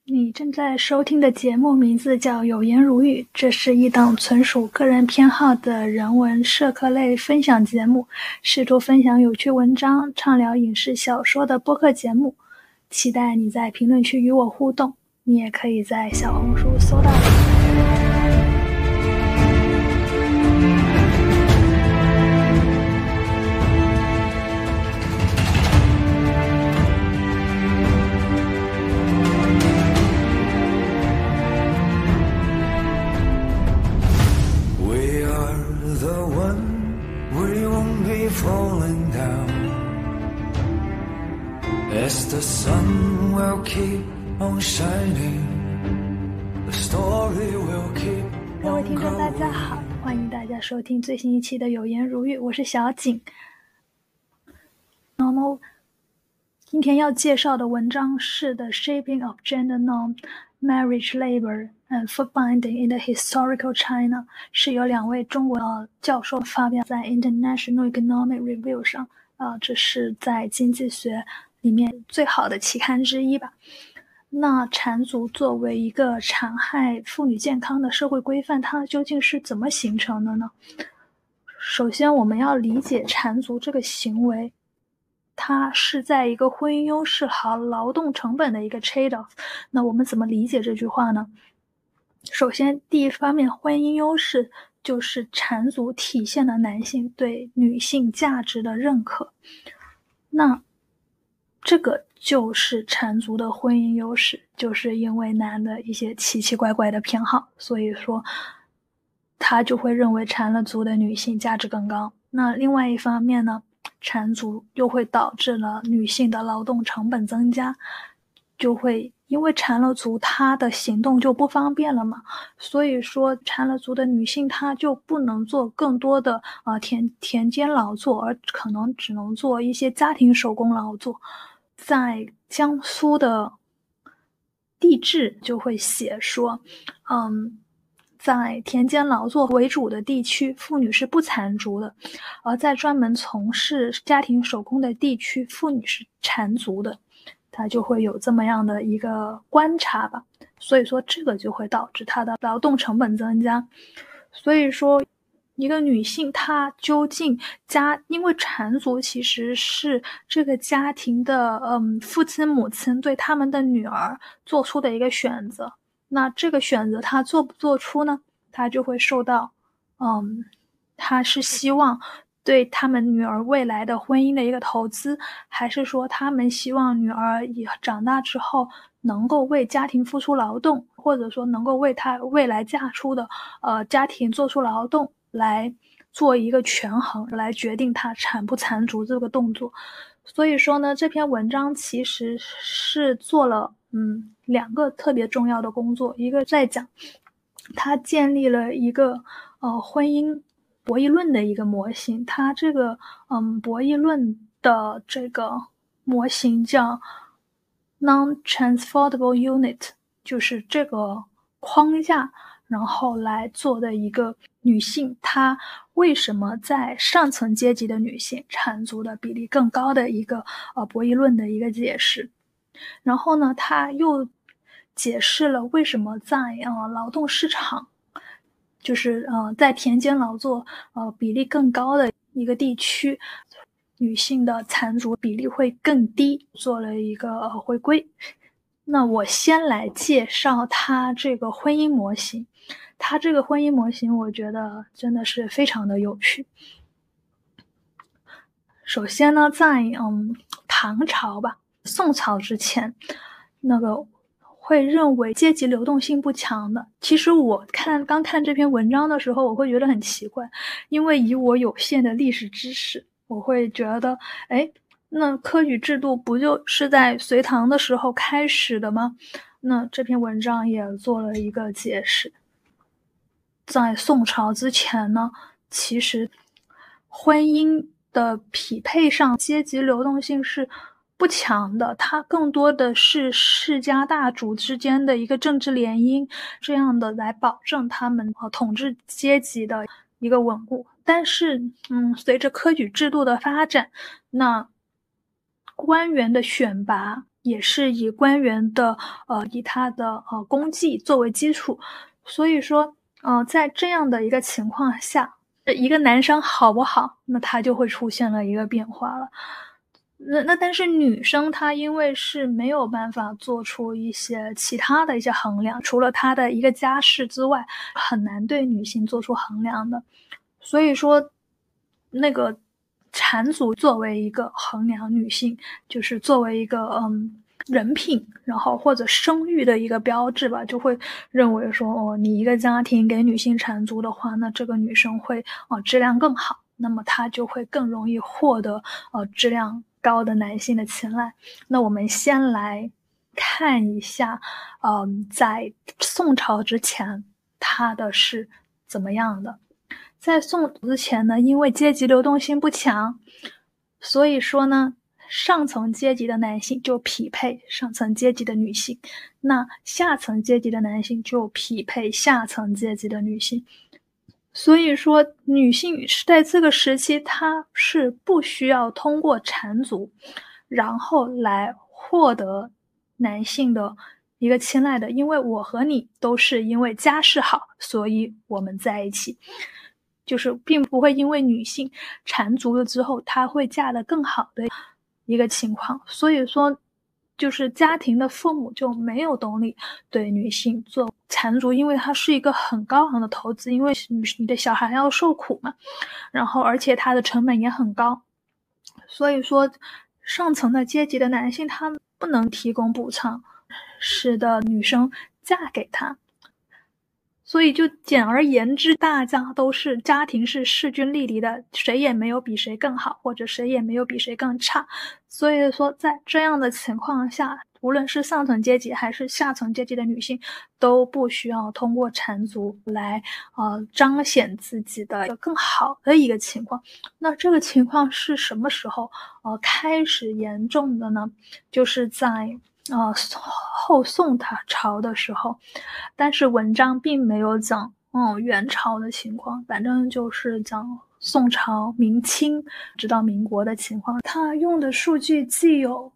你正在收听的节目名字叫有言如语，这是一档纯属个人偏好的人文社科类分享节目，试图分享有趣文章，畅聊影视小说的播客节目。期待你在评论区与我互动，你也可以在小红书搜到我。 falling down as the sun will keep on shining, the story will keep on going. 各位听众大家好，欢迎大家收听最新一期的有言如语，我是小景。那么今天要介绍的文章是 The Shaping of Gender Norm, Marriage, Labor and Food Binding in the Historical China， 是由两位中国教授发表在 International Economic Review 上，这是在经济学里面最好的期刊之一吧。那缠足作为一个残害妇女健康的社会规范，它究竟是怎么形成的呢？首先我们要理解缠足这个行为，它是在一个婚姻优势和劳动成本的一个 trade-off。 那我们怎么理解这句话呢？首先第一方面，婚姻优势就是缠足体现了男性对女性价值的认可，那这个就是缠足的婚姻优势，就是因为男的一些奇奇怪怪的偏好，所以说他就会认为缠了足的女性价值更高。那另外一方面呢，缠足又会导致了女性的劳动成本增加，就会因为缠了足她的行动就不方便了嘛，所以说缠了足的女性她就不能做更多的田间劳作，而可能只能做一些家庭手工劳作。在江苏的地志就会写说，在田间劳作为主的地区，妇女是不缠足的；而在专门从事家庭手工的地区，妇女是缠足的。它就会有这么样的一个观察吧，所以说这个就会导致她的劳动成本增加。所以说一个女性她究竟因为缠足其实是这个家庭的父亲母亲对他们的女儿做出的一个选择，那这个选择她做不做出呢？她就会受到她是希望对他们女儿未来的婚姻的一个投资，还是说他们希望女儿以长大之后能够为家庭付出劳动，或者说能够为她未来嫁出的家庭做出劳动，来做一个权衡，来决定她缠不缠足这个动作。所以说呢，这篇文章其实是做了两个特别重要的工作，一个在讲他建立了一个婚姻博弈论的一个模型，它这个博弈论的这个模型叫 non-transferable unit， 就是这个框架，然后来做的一个女性她为什么在上层阶级的女性缠足的比例更高的一个博弈论的一个解释。然后呢，他又解释了为什么在劳动市场，就是在田间劳作比例更高的一个地区，女性的缠足比例会更低，做了一个回归。那我先来介绍它这个婚姻模型。它这个婚姻模型我觉得真的是非常的有趣。首先呢，在唐朝吧，宋朝之前，那个会认为阶级流动性不强的。其实我刚看这篇文章的时候，我会觉得很奇怪，因为以我有限的历史知识，我会觉得那科举制度不就是在隋唐的时候开始的吗？那这篇文章也做了一个解释。在宋朝之前呢，其实婚姻的匹配上阶级流动性是不强的，它更多的是世家大族之间的一个政治联姻，这样的来保证他们统治阶级的一个稳固。但是随着科举制度的发展，那官员的选拔也是以官员的以他的功绩作为基础，所以说在这样的一个情况下，一个男生好不好，那他就会出现了一个变化了。那但是女生她因为是没有办法做出一些其他的一些衡量，除了她的一个家世之外，很难对女性做出衡量的。所以说那个缠足作为一个衡量女性，就是作为一个人品，然后或者声誉的一个标志吧，就会认为说你一个家庭给女性缠足的话，那这个女生会质量更好，那么她就会更容易获得质量高的男性的青睐。那我们先来看一下在宋朝之前它的是怎么样的。在宋之前呢，因为阶级流动性不强，所以说呢上层阶级的男性就匹配上层阶级的女性，那下层阶级的男性就匹配下层阶级的女性。所以说女性是在这个时期她是不需要通过缠足然后来获得男性的一个青睐的，因为我和你都是因为家世好，所以我们在一起，就是并不会因为女性缠足了之后她会嫁得更好的一个情况。所以说就是家庭的父母就没有动力对女性做缠足，因为它是一个很高昂的投资，因为你的小孩要受苦嘛，然后而且它的成本也很高，所以说上层的阶级的男性他们不能提供补偿，使得女生嫁给他。所以就简而言之，大家都是家庭是势均力敌的，谁也没有比谁更好，或者谁也没有比谁更差。所以说在这样的情况下，无论是上层阶级还是下层阶级的女性都不需要通过缠足来彰显自己的一个更好的一个情况。那这个情况是什么时候开始严重的呢？就是在后宋朝的时候，但是文章并没有讲元朝的情况，反正就是讲宋朝、明清直到民国的情况。他用的数据既有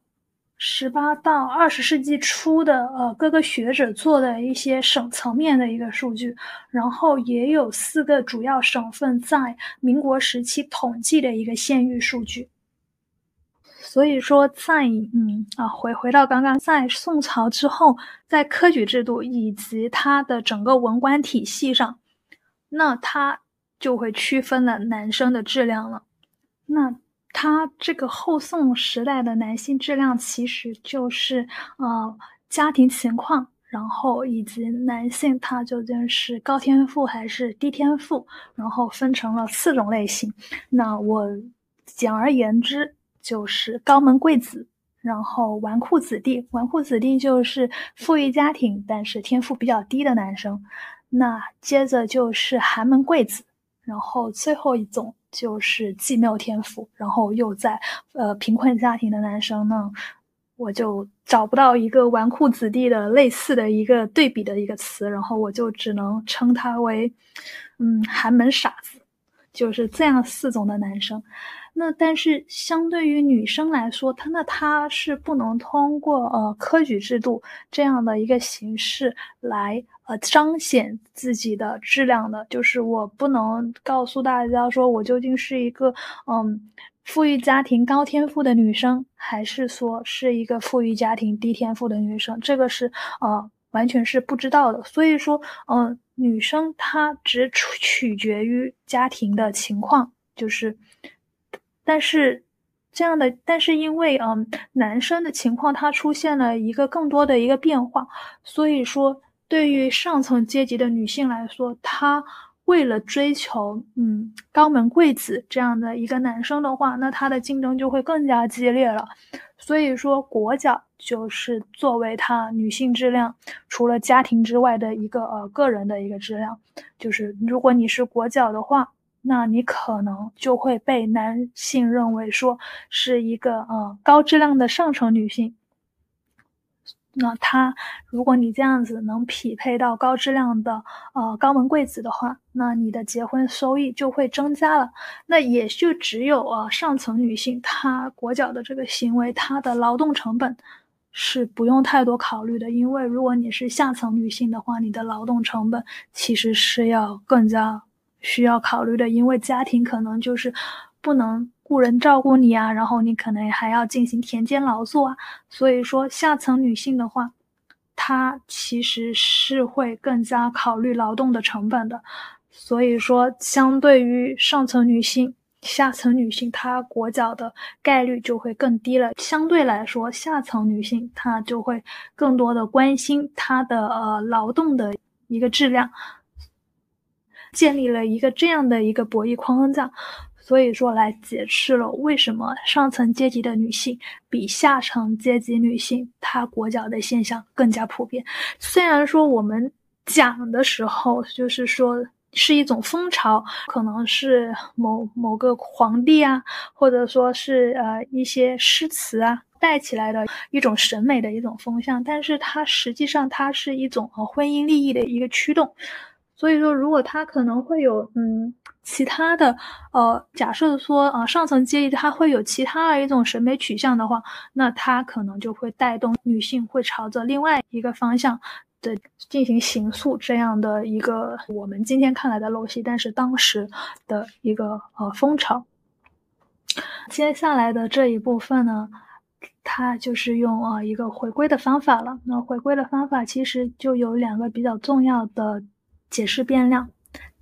18到20世纪初的各个学者做的一些省层面的一个数据，然后也有4个主要省份在民国时期统计的一个县域数据。所以说在回到刚刚，在宋朝之后，在科举制度以及它的整个文官体系上，那它就会区分了男生的质量了。那它这个后宋时代的男性质量其实就是家庭情况，然后以及男性他究竟是高天赋还是低天赋，然后分成了4种类型。那我简而言之就是高门贵子，然后纨绔子弟。纨绔子弟就是富裕家庭但是天赋比较低的男生。那接着就是寒门贵子，然后最后一种就是既没有天赋，然后又在贫困家庭的男生呢，我就找不到一个纨绔子弟的类似的一个对比的一个词，然后我就只能称他为寒门傻子，就是这样4种的男生。那但是相对于女生来说，她是不能通过科举制度这样的一个形式来彰显自己的质量的，就是我不能告诉大家说我究竟是一个富裕家庭高天赋的女生，还是说是一个富裕家庭低天赋的女生，这个是完全是不知道的。所以说女生她只取决于家庭的情况，就是但是因为男生的情况它出现了一个更多的一个变化，所以说对于上层阶级的女性来说，她为了追求高门贵子这样的一个男生的话，那她的竞争就会更加激烈了。所以说国脚就是作为她女性质量除了家庭之外的一个个人的一个质量，就是如果你是国脚的话，那你可能就会被男性认为说是一个高质量的上层女性。那如果你这样子能匹配到高质量的高门贵子的话，那你的结婚收益就会增加了。那也就只有上层女性她裹脚的这个行为，她的劳动成本是不用太多考虑的，因为如果你是下层女性的话，你的劳动成本其实是要更加需要考虑的，因为家庭可能就是不能雇人照顾你啊，然后你可能还要进行田间劳作啊，所以说下层女性的话，她其实是会更加考虑劳动的成本的，所以说相对于上层女性，下层女性她裹脚的概率就会更低了。相对来说，下层女性她就会更多的关心她的劳动的一个质量，建立了一个这样的一个博弈框架。所以说来解释了为什么上层阶级的女性比下层阶级女性她裹脚的现象更加普遍。虽然说我们讲的时候就是说是一种风潮，可能是某个皇帝啊，或者说是一些诗词啊带起来的一种审美的一种风向，但是它实际上它是一种婚姻利益的一个驱动。所以说如果它可能会有其他的假设说上层阶级它会有其他的一种审美取向的话，那它可能就会带动女性会朝着另外一个方向的进行形塑这样的一个我们今天看来的陋习，但是当时的一个风潮。接下来的这一部分呢，它就是用一个回归的方法了。那回归的方法其实就有2个比较重要的解释变量，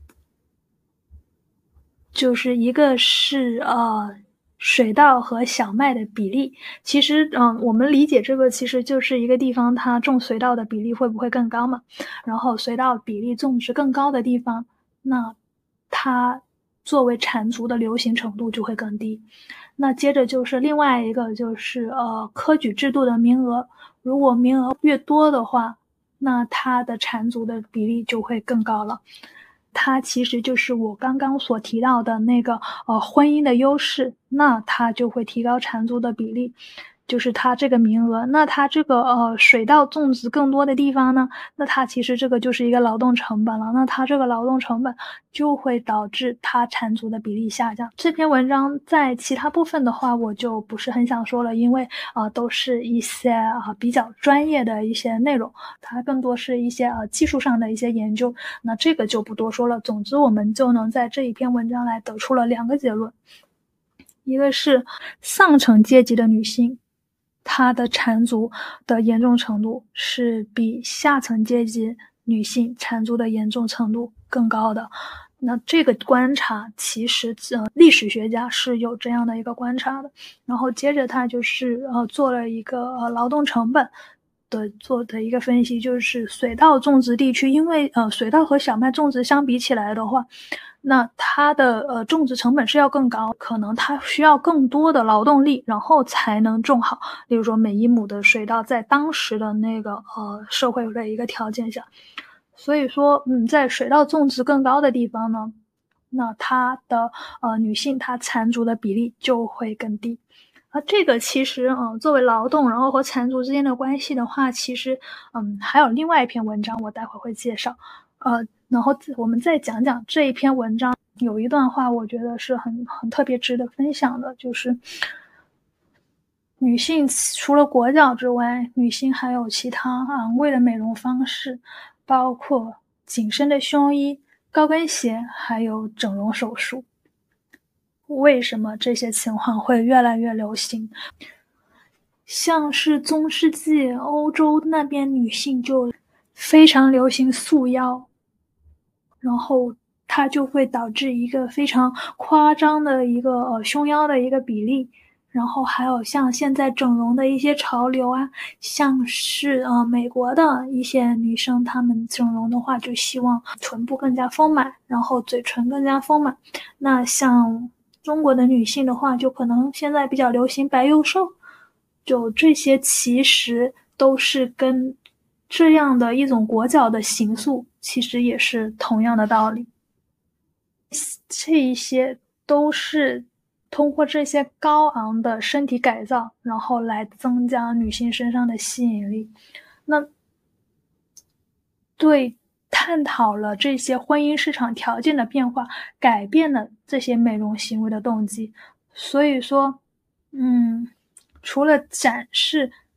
就是一个是水稻和小麦的比例。其实我们理解这个其实就是一个地方它种水稻的比例会不会更高嘛，然后水稻比例种植更高的地方，那它作为产族的流行程度就会更低。那接着就是另外一个就是科举制度的名额，如果名额越多的话，那它的产族的比例就会更高了。它其实就是我刚刚所提到的那个婚姻的优势，那它就会提高产族的比例，就是它这个名额。那它这个水稻种植更多的地方呢，那它其实这个就是一个劳动成本了，那它这个劳动成本就会导致它产族的比例下降。这篇文章在其他部分的话我就不是很想说了，因为都是一些比较专业的一些内容，它更多是一些技术上的一些研究，那这个就不多说了。总之我们就能在这一篇文章来得出了2个结论，一个是上层阶级的女性她的缠足的严重程度是比下层阶级女性缠足的严重程度更高的。那这个观察其实历史学家是有这样的一个观察的。然后接着他就是做了一个劳动成本做的一个分析，就是水稻种植地区，因为水稻和小麦种植相比起来的话，那它的种植成本是要更高，可能它需要更多的劳动力，然后才能种好。例如说每1亩的水稻在当时的那个社会的一个条件下，所以说在水稻种植更高的地方呢，那它的女性她缠足的比例就会更低。这个其实作为劳动然后和缠足之间的关系的话，其实还有另外一篇文章我待会会介绍。然后我们再讲讲这一篇文章有一段话我觉得是很特别值得分享的，就是女性除了裹脚之外，女性还有其他昂贵的美容方式，包括紧身的胸衣、高跟鞋，还有整容手术。为什么这些情况会越来越流行？像是中世纪欧洲那边女性就非常流行束腰，然后它就会导致一个非常夸张的一个胸腰的一个比例。然后还有像现在整容的一些潮流啊，像是美国的一些女生她们整容的话就希望臀部更加丰满，然后嘴唇更加丰满。那像中国的女性的话，就可能现在比较流行白幼瘦，就这些其实都是跟这样的一种裹脚的形塑其实也是同样的道理。这一些都是通过这些高昂的身体改造，然后来增加女性身上的吸引力。那对探讨了这些婚姻市场条件的变化，改变了这些美容行为的动机。所以说除了展示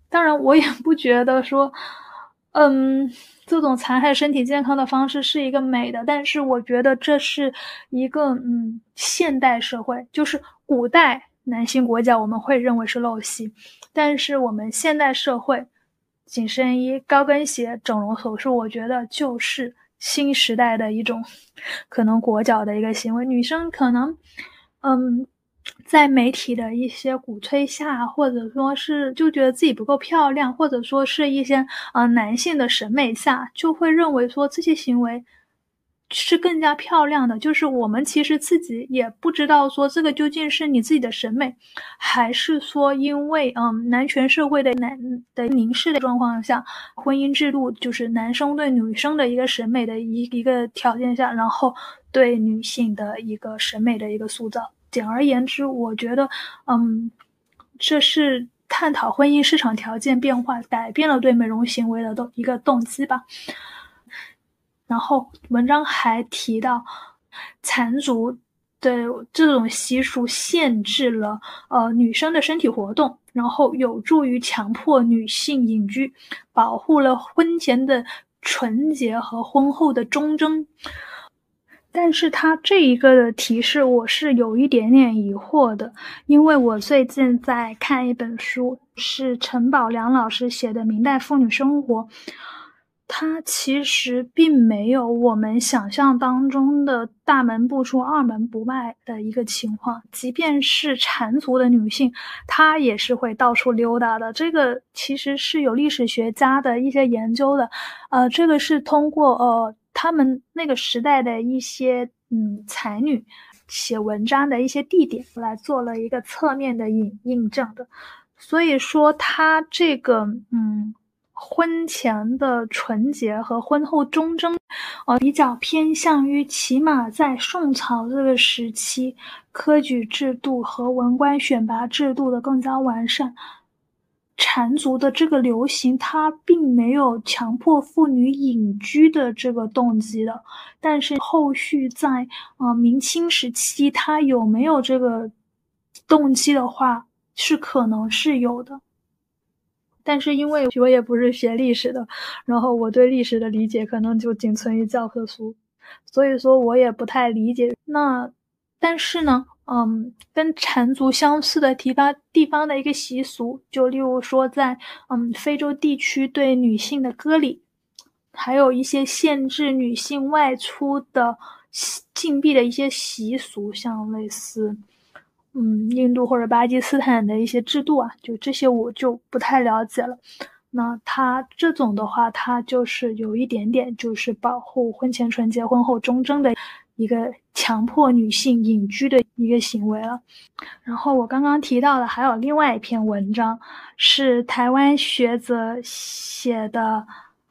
当然我也不觉得说这种残害身体健康的方式是一个美的，但是我觉得这是一个现代社会，就是古代男性裹脚我们会认为是陋习，但是我们现代社会紧身衣、高跟鞋、整容手术，我觉得就是新时代的一种可能裹脚的一个行为。女生可能在媒体的一些鼓吹下，或者说是就觉得自己不够漂亮，或者说是一些男性的审美下，就会认为说这些行为是更加漂亮的。就是我们其实自己也不知道说这个究竟是你自己的审美，还是说因为男权社会的凝视的状况下，婚姻制度就是男生对女生的一个审美的一个条件下，然后对女性的一个审美的一个塑造。简而言之，我觉得这是探讨婚姻市场条件变化改变了对美容行为的一个动机吧。然后文章还提到缠足的这种习俗限制了女生的身体活动，然后有助于强迫女性隐居，保护了婚前的纯洁和婚后的忠贞。但是他这一个的提示我是有一点点疑惑的，因为我最近在看一本书，是陈宝良老师写的《明代妇女生活》，它其实并没有我们想象当中的大门不出二门不迈的一个情况，即便是缠足的女性，她也是会到处溜达的。这个其实是有历史学家的一些研究的，这个是通过他们那个时代的一些才女写文章的一些地点来做了一个侧面的印证的。所以说他这个婚前的纯洁和婚后忠贞比较偏向于起码在宋朝这个时期科举制度和文官选拔制度的更加完善。缠足的这个流行，它并没有强迫妇女隐居的这个动机的，但是后续在明清时期，它有没有这个动机的话，是可能是有的。但是因为我也不是学历史的，然后我对历史的理解可能就仅存于教科书，所以说我也不太理解。但是呢跟缠足相似的地方的一个习俗，就例如说在非洲地区对女性的割礼，还有一些限制女性外出的禁闭的一些习俗，像类似印度或者巴基斯坦的一些制度啊，就这些我就不太了解了。那它这种的话，它就是有一点点就是保护婚前纯洁婚后忠贞的一个强迫女性隐居的一个行为了。然后我刚刚提到的还有另外一篇文章，是台湾学者写的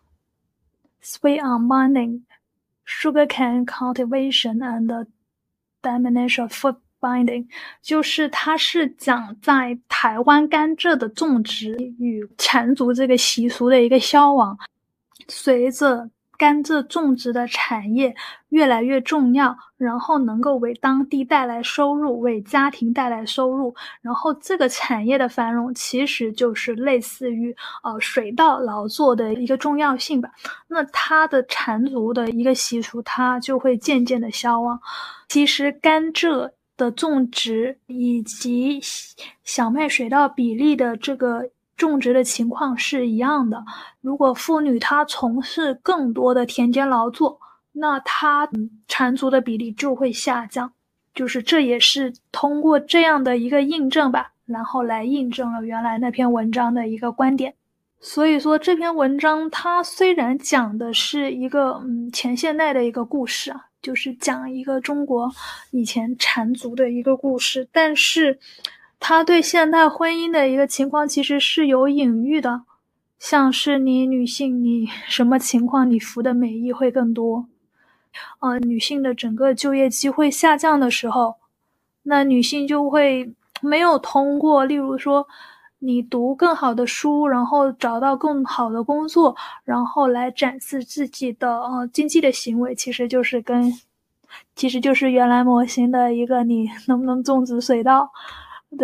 Sweet on Binding, Sugarcane Cultivation and the Diminution of Foot Binding， 就是它是讲在台湾甘蔗的种植与缠足这个习俗的一个消亡。随着甘蔗种植的产业越来越重要，然后能够为当地带来收入，为家庭带来收入，然后这个产业的繁荣其实就是类似于水稻劳作的一个重要性吧。那它的缠足的一个习俗，它就会渐渐的消亡。其实甘蔗的种植以及小麦水稻比例的这个种植的情况是一样的。如果妇女她从事更多的田间劳作，那她缠足的比例就会下降。就是这也是通过这样的一个印证吧，然后来印证了原来那篇文章的一个观点。所以说这篇文章它虽然讲的是一个前现代的一个故事啊，就是讲一个中国以前缠足的一个故事，但是它对现代婚姻的一个情况其实是有隐喻的。像是你女性你什么情况你服的美意会更多，女性的整个就业机会下降的时候，那女性就会没有通过例如说你读更好的书，然后找到更好的工作，然后来展示自己的经济的行为，其实就是原来模型的一个你能不能种植水稻，对吧？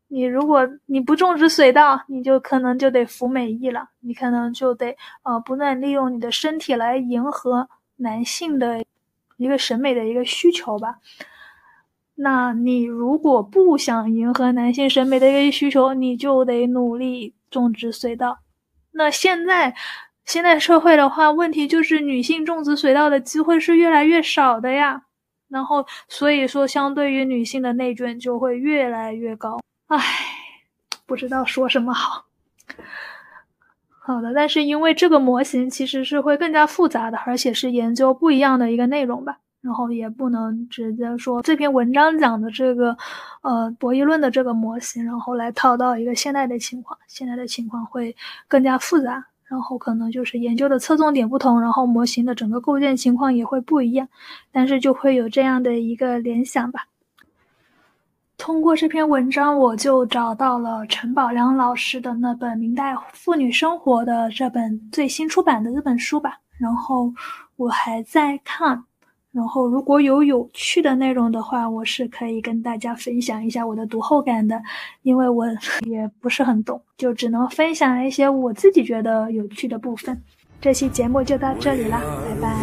你如果你不种植水稻，你就可能就得服美役了，你可能就得不断利用你的身体来迎合男性的一个审美的一个需求吧。那你如果不想迎合男性审美的一个需求，你就得努力种植水稻。那现在社会的话，问题就是女性种植水稻的机会是越来越少的呀。然后所以说相对于女性的内卷就会越来越高。不知道说什么好。好的，但是因为这个模型其实是会更加复杂的，而且是研究不一样的一个内容吧。然后也不能直接说这篇文章讲的这个博弈论的这个模型，然后来套到一个现在的情况。现在的情况会更加复杂，然后可能就是研究的侧重点不同，然后模型的整个构建情况也会不一样，但是就会有这样的一个联想吧。通过这篇文章，我就找到了陈宝良老师的那本《明代妇女生活》的这本最新出版的这本书吧，然后我还在看，然后如果有趣的内容的话，我是可以跟大家分享一下我的读后感的，因为我也不是很懂，就只能分享一些我自己觉得有趣的部分。这期节目就到这里啦，拜拜。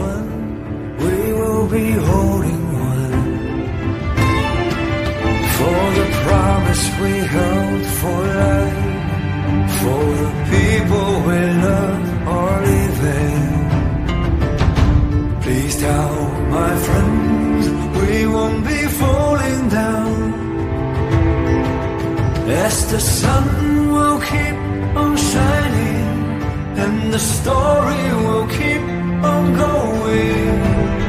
For the promise we held for life, for the people we love are leaving. Please tell my friends we won't be falling down, as the sun will keep on shining and the story will keep on going.